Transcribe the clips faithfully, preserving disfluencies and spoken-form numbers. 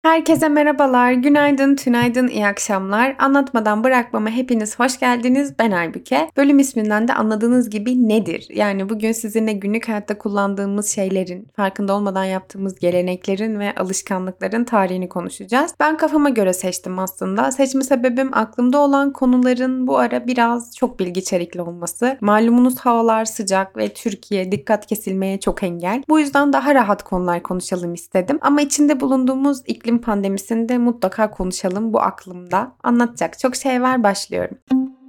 Herkese merhabalar, günaydın, tünaydın, iyi akşamlar. Anlatmadan bırakmama hepiniz hoş geldiniz. Ben Aybüke. Bölüm isminden de anladığınız gibi nedir? Yani bugün sizinle günlük hayatta kullandığımız şeylerin, farkında olmadan yaptığımız geleneklerin ve alışkanlıkların tarihini konuşacağız. Ben kafama göre seçtim aslında. Seçme sebebim aklımda olan konuların bu ara biraz çok bilgi içerikli olması. Malumunuz havalar sıcak ve Türkiye dikkat kesilmeye çok engel. Bu yüzden daha rahat konular konuşalım istedim. Ama içinde bulunduğumuz iklim pandemisinde mutlaka konuşalım, bu aklımda. Anlatacak çok şey var, başlıyorum.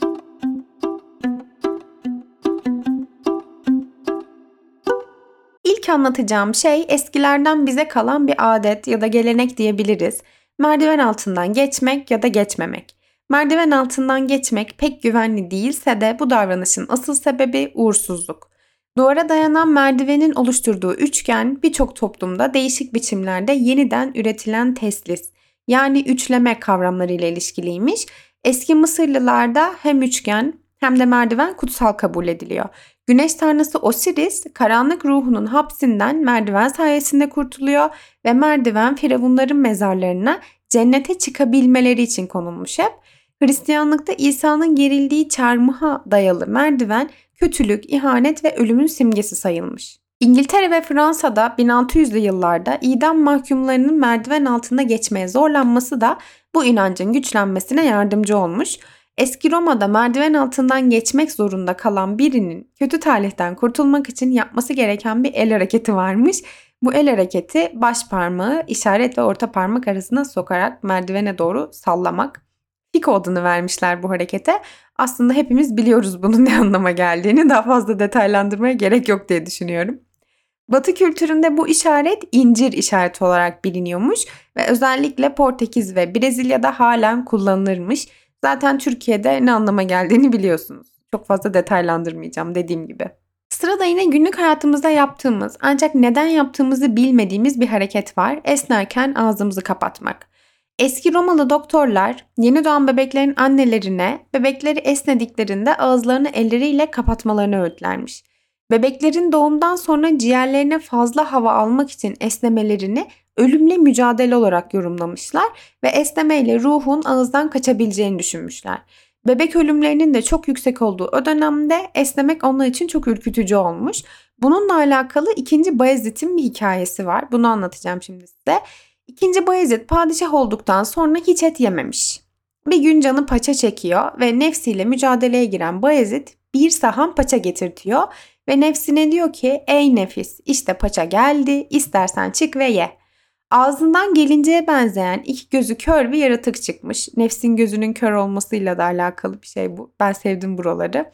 İlk anlatacağım şey eskilerden bize kalan bir adet ya da gelenek diyebiliriz. Merdiven altından geçmek ya da geçmemek. Merdiven altından geçmek pek güvenli değilse de bu davranışın asıl sebebi uğursuzluk. Duvara dayanan merdivenin oluşturduğu üçgen birçok toplumda değişik biçimlerde yeniden üretilen teslis, yani üçleme kavramlarıyla ilişkiliymiş. Eski Mısırlılarda hem üçgen hem de merdiven kutsal kabul ediliyor. Güneş tanrısı Osiris, karanlık ruhunun hapsinden merdiven sayesinde kurtuluyor ve merdiven firavunların mezarlarına cennete çıkabilmeleri için konulmuş hep. Hristiyanlıkta İsa'nın gerildiği çarmıha dayalı merdiven kötülük, ihanet ve ölümün simgesi sayılmış. İngiltere ve Fransa'da bin altı yüzlü yıllarda idam mahkumlarının merdiven altında geçmeye zorlanması da bu inancın güçlenmesine yardımcı olmuş. Eski Roma'da merdiven altından geçmek zorunda kalan birinin kötü talihten kurtulmak için yapması gereken bir el hareketi varmış. Bu el hareketi baş parmağı işaret ve orta parmak arasına sokarak merdivene doğru sallamak. Fiko adını vermişler bu harekete. Aslında hepimiz biliyoruz bunun ne anlama geldiğini. Daha fazla detaylandırmaya gerek yok diye düşünüyorum. Batı kültüründe bu işaret incir işareti olarak biliniyormuş ve özellikle Portekiz ve Brezilya'da halen kullanılırmış. Zaten Türkiye'de ne anlama geldiğini biliyorsunuz. Çok fazla detaylandırmayacağım dediğim gibi. Sırada yine günlük hayatımızda yaptığımız ancak neden yaptığımızı bilmediğimiz bir hareket var. Esnerken ağzımızı kapatmak. Eski Romalı doktorlar yeni doğan bebeklerin annelerine bebekleri esnediklerinde ağızlarını elleriyle kapatmalarını öğütlermiş. Bebeklerin doğumdan sonra ciğerlerine fazla hava almak için esnemelerini ölümle mücadele olarak yorumlamışlar ve esnemeyle ruhun ağızdan kaçabileceğini düşünmüşler. Bebek ölümlerinin de çok yüksek olduğu o dönemde esnemek onlar için çok ürkütücü olmuş. Bununla alakalı ikinci Bayezid'in bir hikayesi var. Bunu anlatacağım şimdi size. İkinci Bayezid padişah olduktan sonra hiç et yememiş. Bir gün canı paça çekiyor ve nefsiyle mücadeleye giren Bayezid bir sahan paça getirtiyor ve nefsine diyor ki ey nefis işte paça geldi, istersen çık ve ye. Ağzından gelinceye benzeyen iki gözü kör bir yaratık çıkmış. Nefsin gözünün kör olmasıyla da alakalı bir şey bu. Ben sevdim buraları.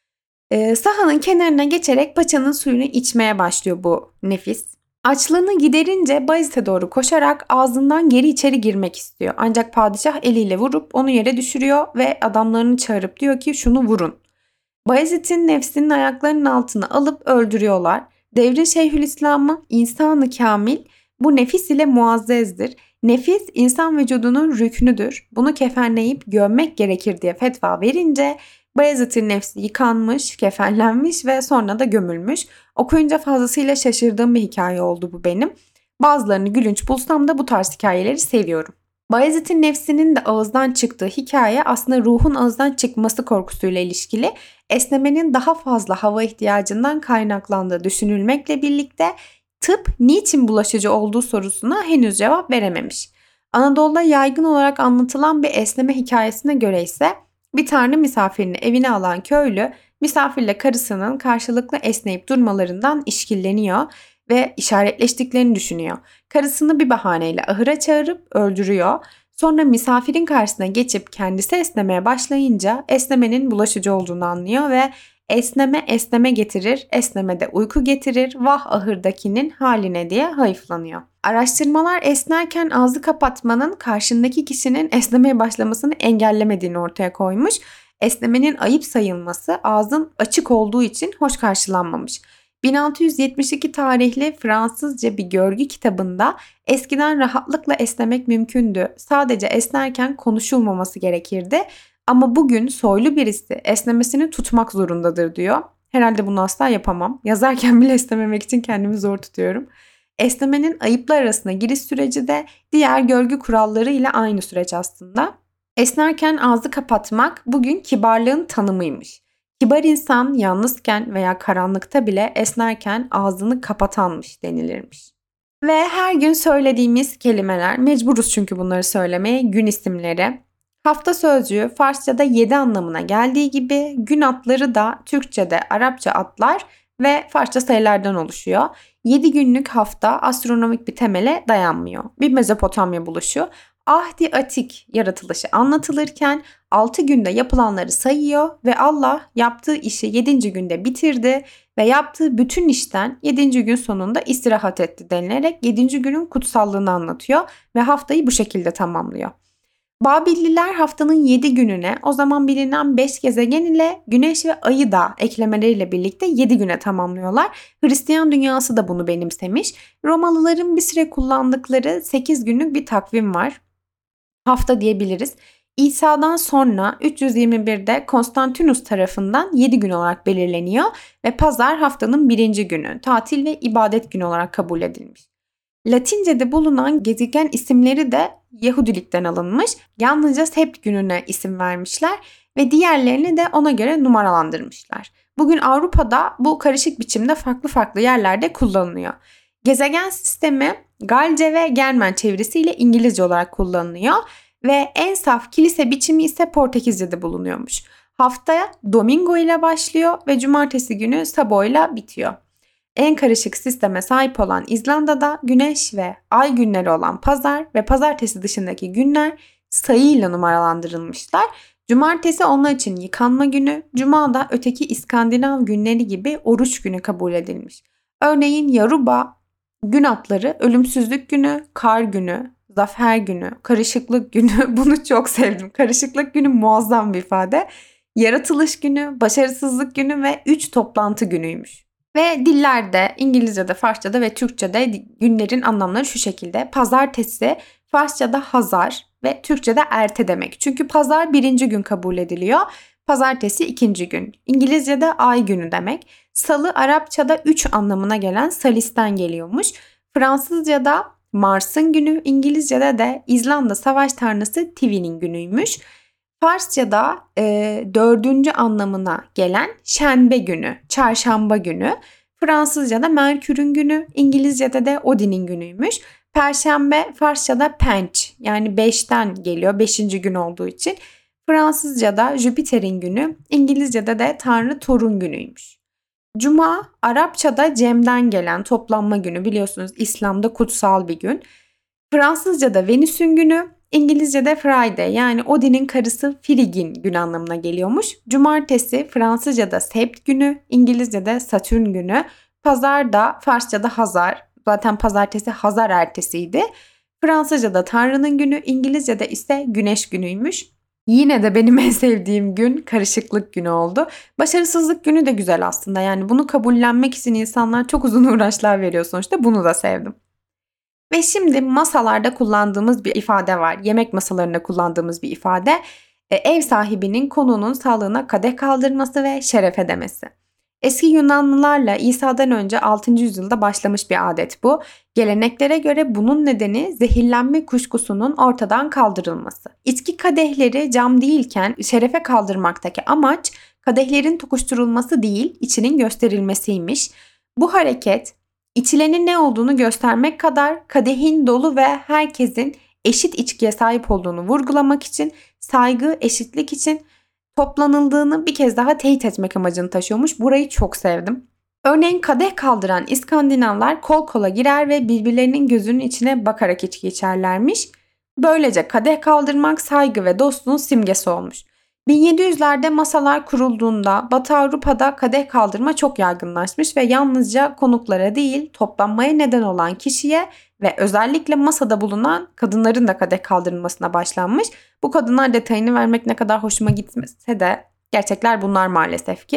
Ee, sahanın kenarına geçerek paçanın suyunu içmeye başlıyor bu nefis. Açlığını giderince Bayezid'e doğru koşarak ağzından geri içeri girmek istiyor. Ancak padişah eliyle vurup onu yere düşürüyor ve adamlarını çağırıp diyor ki şunu vurun. Bayezid'in nefsinin ayaklarının altına alıp öldürüyorlar. Devrin Şeyhülislam'ı insan-ı kamil bu nefis ile muazzezdir. Nefis insan vücudunun rüknüdür. Bunu kefenleyip gömmek gerekir diye fetva verince Bayezid'in nefsi yıkanmış, kefenlenmiş ve sonra da gömülmüş. Okuyunca fazlasıyla şaşırdığım bir hikaye oldu bu benim. Bazılarını gülünç bulsam da bu tarz hikayeleri seviyorum. Bayezid'in nefsinin de ağızdan çıktığı hikaye aslında ruhun ağızdan çıkması korkusuyla ilişkili. Esnemenin daha fazla hava ihtiyacından kaynaklandığı düşünülmekle birlikte tıp niçin bulaşıcı olduğu sorusuna henüz cevap verememiş. Anadolu'da yaygın olarak anlatılan bir esneme hikayesine göre ise bir tanrı misafirini evine alan köylü misafirle karısının karşılıklı esneyip durmalarından işkilleniyor ve işaretleştiklerini düşünüyor. Karısını bir bahaneyle ahıra çağırıp öldürüyor. Sonra misafirin karşısına geçip kendisi esnemeye başlayınca esnemenin bulaşıcı olduğunu anlıyor ve esneme esneme getirir, esneme de uyku getirir, vah ahırdakinin haline diye hayıflanıyor. Araştırmalar esnerken ağzı kapatmanın karşındaki kişinin esnemeye başlamasını engellemediğini ortaya koymuş. Esnemenin ayıp sayılması ağzın açık olduğu için hoş karşılanmamış. bin altı yüz yetmiş iki tarihli Fransızca bir görgü kitabında eskiden rahatlıkla esnemek mümkündü. Sadece esnerken konuşulmaması gerekirdi. Ama bugün soylu birisi esnemesini tutmak zorundadır diyor. Herhalde bunu asla yapamam. Yazarken bile esnememek için kendimi zor tutuyorum. Esnemenin ayıplar arasına giriş süreci de diğer görgü kuralları ile aynı süreç aslında. Esnerken ağzı kapatmak bugün kibarlığın tanımıymış. Kibar insan yalnızken veya karanlıkta bile esnerken ağzını kapatanmış denilirmiş. Ve her gün söylediğimiz kelimeler, mecburuz çünkü bunları söylemeye, gün isimleri. Hafta sözcüğü Farsça'da yedi anlamına geldiği gibi gün adları da Türkçe'de Arapça adlar ve Farsça sayılardan oluşuyor. yedi günlük hafta astronomik bir temele dayanmıyor. Bir Mezopotamya buluşu. Ahdi Atik yaratılışı anlatılırken altı günde yapılanları sayıyor ve Allah yaptığı işi yedinci günde bitirdi ve yaptığı bütün işten yedinci gün sonunda istirahat etti denilerek yedinci günün kutsallığını anlatıyor ve haftayı bu şekilde tamamlıyor. Babilliler haftanın yedi gününe o zaman bilinen beş gezegen ile Güneş ve Ay'ı da eklemeleriyle birlikte yedi güne tamamlıyorlar. Hristiyan dünyası da bunu benimsemiş. Romalıların bir süre kullandıkları sekiz günlük bir takvim var. Hafta diyebiliriz. İsa'dan sonra üç yüz yirmi birde Konstantinus tarafından yedi gün olarak belirleniyor ve pazar haftanın birinci günü, tatil ve ibadet günü olarak kabul edilmiş. Latince'de bulunan gezegen isimleri de Yahudilikten alınmış. Yalnızca Sebt gününe isim vermişler ve diğerlerini de ona göre numaralandırmışlar. Bugün Avrupa'da bu karışık biçimde farklı farklı yerlerde kullanılıyor. Gezegen sistemi Galce ve Germen çevirisiyle İngilizce olarak kullanılıyor ve en saf kilise biçimi ise Portekizce'de bulunuyormuş. Haftaya Domingo ile başlıyor ve cumartesi günü Sabo ile bitiyor. En karışık sisteme sahip olan İzlanda'da güneş ve ay günleri olan pazar ve pazartesi dışındaki günler sayıyla numaralandırılmışlar. Cumartesi onlar için yıkanma günü, cuma da öteki İskandinav günleri gibi oruç günü kabul edilmiş. Örneğin Yaruba gün adları ölümsüzlük günü, kar günü, zafer günü, karışıklık günü. Bunu çok sevdim. Karışıklık günü muazzam bir ifade. Yaratılış günü, başarısızlık günü ve üç toplantı günüymüş. Ve dillerde İngilizce'de, Farsça'da ve Türkçe'de günlerin anlamları şu şekilde. Pazartesi Farsça'da hazar ve Türkçe'de erte demek. Çünkü pazar birinci gün kabul ediliyor. Pazartesi ikinci gün. İngilizce'de ay günü demek. Salı Arapça'da üç anlamına gelen salisten geliyormuş. Fransızca'da Mars'ın günü, İngilizce'de de İzlanda savaş tanrısı Tivi'nin günüymüş. Farsça'da e, dördüncü anlamına gelen şenbe günü, çarşamba günü. Fransızca'da Merkür'ün günü, İngilizce'de de Odin'in günüymüş. Perşembe Farsça'da penç yani beşten geliyor, beşinci gün olduğu için. Fransızca'da Jüpiter'in günü, İngilizce'de de Tanrı Thor'un günüymüş. Cuma Arapça'da Cem'den gelen toplanma günü, biliyorsunuz İslam'da kutsal bir gün. Fransızca'da Venüs'ün günü, İngilizce'de Friday yani Odin'in karısı Frig'in gün anlamına geliyormuş. Cumartesi Fransızca'da Sebt günü, İngilizce'de Satürn günü. Pazar da Farsça'da Hazar, zaten pazartesi Hazar ertesiydi. Fransızca'da Tanrı'nın günü, İngilizce'de ise Güneş günüymüş. Yine de benim en sevdiğim gün karışıklık günü oldu. Başarısızlık günü de güzel aslında. Yani bunu kabullenmek için insanlar çok uzun uğraşlar veriyor sonuçta. Bunu da sevdim. Ve şimdi masalarda kullandığımız bir ifade var. Yemek masalarında kullandığımız bir ifade. E, ev sahibinin konuğunun sağlığına kadeh kaldırması ve şerefe demesi. Eski Yunanlılarla İsa'dan önce altıncı yüzyılda başlamış bir adet bu. Geleneklere göre bunun nedeni zehirlenme kuşkusunun ortadan kaldırılması. İçki kadehleri cam değilken şerefe kaldırmaktaki amaç kadehlerin tokuşturulması değil, içinin gösterilmesiymiş. Bu hareket İçilenin ne olduğunu göstermek kadar kadehin dolu ve herkesin eşit içkiye sahip olduğunu vurgulamak için, saygı, eşitlik için toplanıldığını bir kez daha teyit etmek amacını taşıyormuş. Burayı çok sevdim. Örneğin kadeh kaldıran İskandinavlar kol kola girer ve birbirlerinin gözünün içine bakarak içki içerlermiş. Böylece kadeh kaldırmak saygı ve dostluğun simgesi olmuş. bin yedi yüzlerde masalar kurulduğunda Batı Avrupa'da kadeh kaldırma çok yaygınlaşmış ve yalnızca konuklara değil toplanmaya neden olan kişiye ve özellikle masada bulunan kadınların da kadeh kaldırılmasına başlanmış. Bu kadınlar detayını vermek ne kadar hoşuma gitmese de gerçekler bunlar maalesef ki.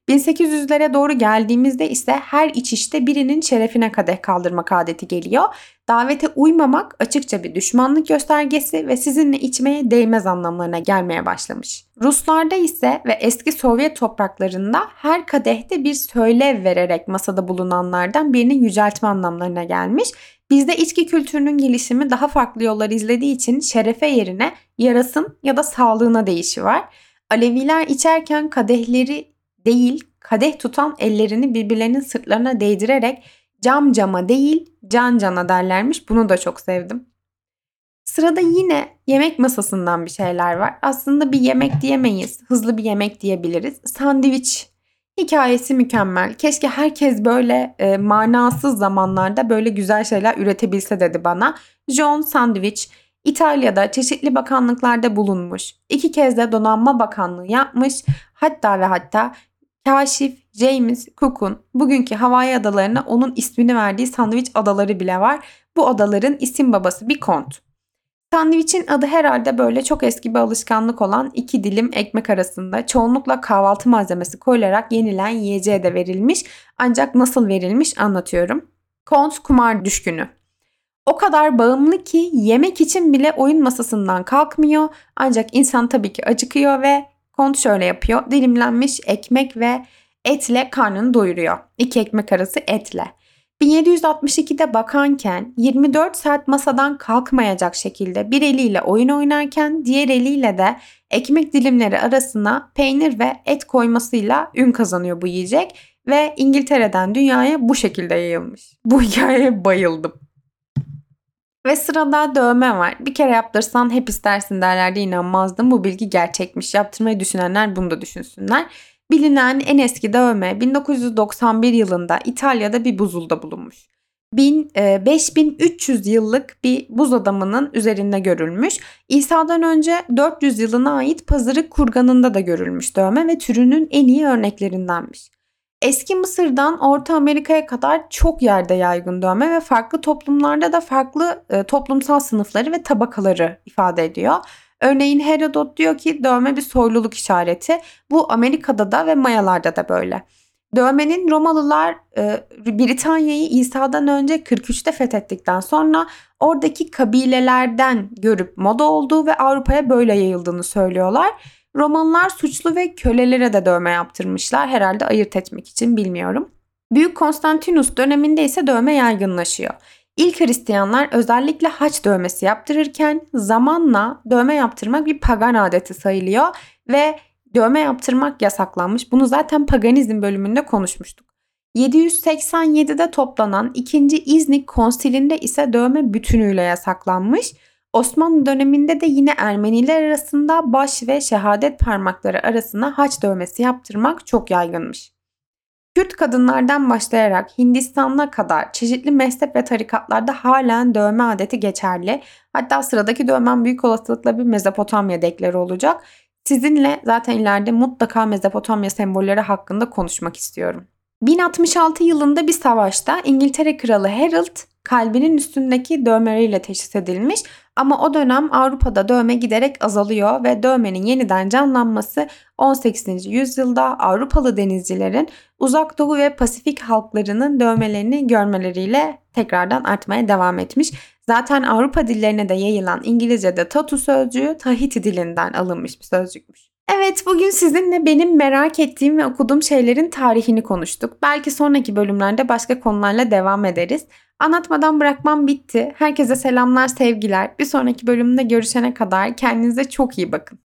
bin sekiz yüzlere doğru geldiğimizde ise her içişte birinin şerefine kadeh kaldırmak adeti geliyor. Davete uymamak açıkça bir düşmanlık göstergesi ve sizinle içmeye değmez anlamlarına gelmeye başlamış. Ruslarda ise ve eski Sovyet topraklarında her kadehte bir söylev vererek masada bulunanlardan birini yüceltme anlamlarına gelmiş. Bizde içki kültürünün gelişimi daha farklı yollar izlediği için şerefe yerine yarasın ya da sağlığına deyişi var. Aleviler içerken kadehleri değil, kadeh tutan ellerini birbirlerinin sırtlarına değdirerek cam cama değil, can cana derlermiş. Bunu da çok sevdim. Sırada yine yemek masasından bir şeyler var. Aslında bir yemek diyemeyiz, hızlı bir yemek diyebiliriz. Sandviç. Hikayesi mükemmel. Keşke herkes böyle e, manasız zamanlarda böyle güzel şeyler üretebilse dedi bana. John Sandwich İtalya'da çeşitli bakanlıklarda bulunmuş. İki kez de donanma bakanlığı yapmış. Hatta ve hatta Kaşif James Cook'un bugünkü Hawaii adalarına onun ismini verdiği sandviç adaları bile var. Bu adaların isim babası bir kont. Sandviçin adı herhalde böyle çok eski bir alışkanlık olan iki dilim ekmek arasında çoğunlukla kahvaltı malzemesi koyularak yenilen yiyeceğe de verilmiş. Ancak nasıl verilmiş anlatıyorum. Kont kumar düşkünü. O kadar bağımlı ki yemek için bile oyun masasından kalkmıyor. Ancak insan tabii ki acıkıyor ve Kont şöyle yapıyor. Dilimlenmiş ekmek ve etle karnını doyuruyor. İki ekmek arası etle. bin yedi yüz altmış ikide bakanken yirmi dört saat masadan kalkmayacak şekilde bir eliyle oyun oynarken diğer eliyle de ekmek dilimleri arasına peynir ve et koymasıyla ün kazanıyor bu yiyecek ve İngiltere'den dünyaya bu şekilde yayılmış. Bu hikayeye bayıldım. Ve sırada dövme var. Bir kere yaptırsan hep istersin derlerdi, inanmazdım. Bu bilgi gerçekmiş. Yaptırmayı düşünenler bunu da düşünsünler. Bilinen en eski dövme bin dokuz yüz doksan bir yılında İtalya'da bir buzulda bulunmuş. beş bin üç yüz yıllık bir buz adamının üzerinde görülmüş. İsa'dan önce dört yüz yılına ait Pazarık kurganında da görülmüş dövme ve türünün en iyi örneklerindenmiş. Eski Mısır'dan Orta Amerika'ya kadar çok yerde yaygın dövme ve farklı toplumlarda da farklı e, toplumsal sınıfları ve tabakaları ifade ediyor. Örneğin Herodot diyor ki dövme bir soyluluk işareti. Bu Amerika'da da ve Mayalarda da böyle. Dövmenin Romalılar e, Britanya'yı İsa'dan önce kırk üçte fethettikten sonra oradaki kabilelerden görüp moda olduğu ve Avrupa'ya böyle yayıldığını söylüyorlar. Romalılar suçlu ve kölelere de dövme yaptırmışlar. Herhalde ayırt etmek için, bilmiyorum. Büyük Konstantinus döneminde ise dövme yaygınlaşıyor. İlk Hristiyanlar özellikle haç dövmesi yaptırırken zamanla dövme yaptırmak bir pagan adeti sayılıyor ve dövme yaptırmak yasaklanmış. Bunu zaten paganizm bölümünde konuşmuştuk. yedi yüz seksen yedide toplanan ikinci İznik Konsili'nde ise dövme bütünüyle yasaklanmış. Osmanlı döneminde de yine Ermeniler arasında baş ve şehadet parmakları arasına haç dövmesi yaptırmak çok yaygınmış. Kürt kadınlardan başlayarak Hindistan'a kadar çeşitli mezhep ve tarikatlarda halen dövme adeti geçerli. Hatta sıradaki dövmem büyük olasılıkla bir Mezopotamya dekleri olacak. Sizinle zaten ileride mutlaka Mezopotamya sembolleri hakkında konuşmak istiyorum. bin altmış altı yılında bir savaşta İngiltere Kralı Harold kalbinin üstündeki dövmeleriyle teşhis edilmiş ama o dönem Avrupa'da dövme giderek azalıyor ve dövmenin yeniden canlanması on sekizinci yüzyılda Avrupalı denizcilerin Uzak Doğu ve Pasifik halklarının dövmelerini görmeleriyle tekrardan artmaya devam etmiş. Zaten Avrupa dillerine de yayılan İngilizce'de tatu sözcüğü Tahiti dilinden alınmış bir sözcükmüş. Evet, bugün sizinle benim merak ettiğim ve okuduğum şeylerin tarihini konuştuk. Belki sonraki bölümlerde başka konularla devam ederiz. Anlatmadan bırakmam bitti. Herkese selamlar, sevgiler. Bir sonraki bölümde görüşene kadar kendinize çok iyi bakın.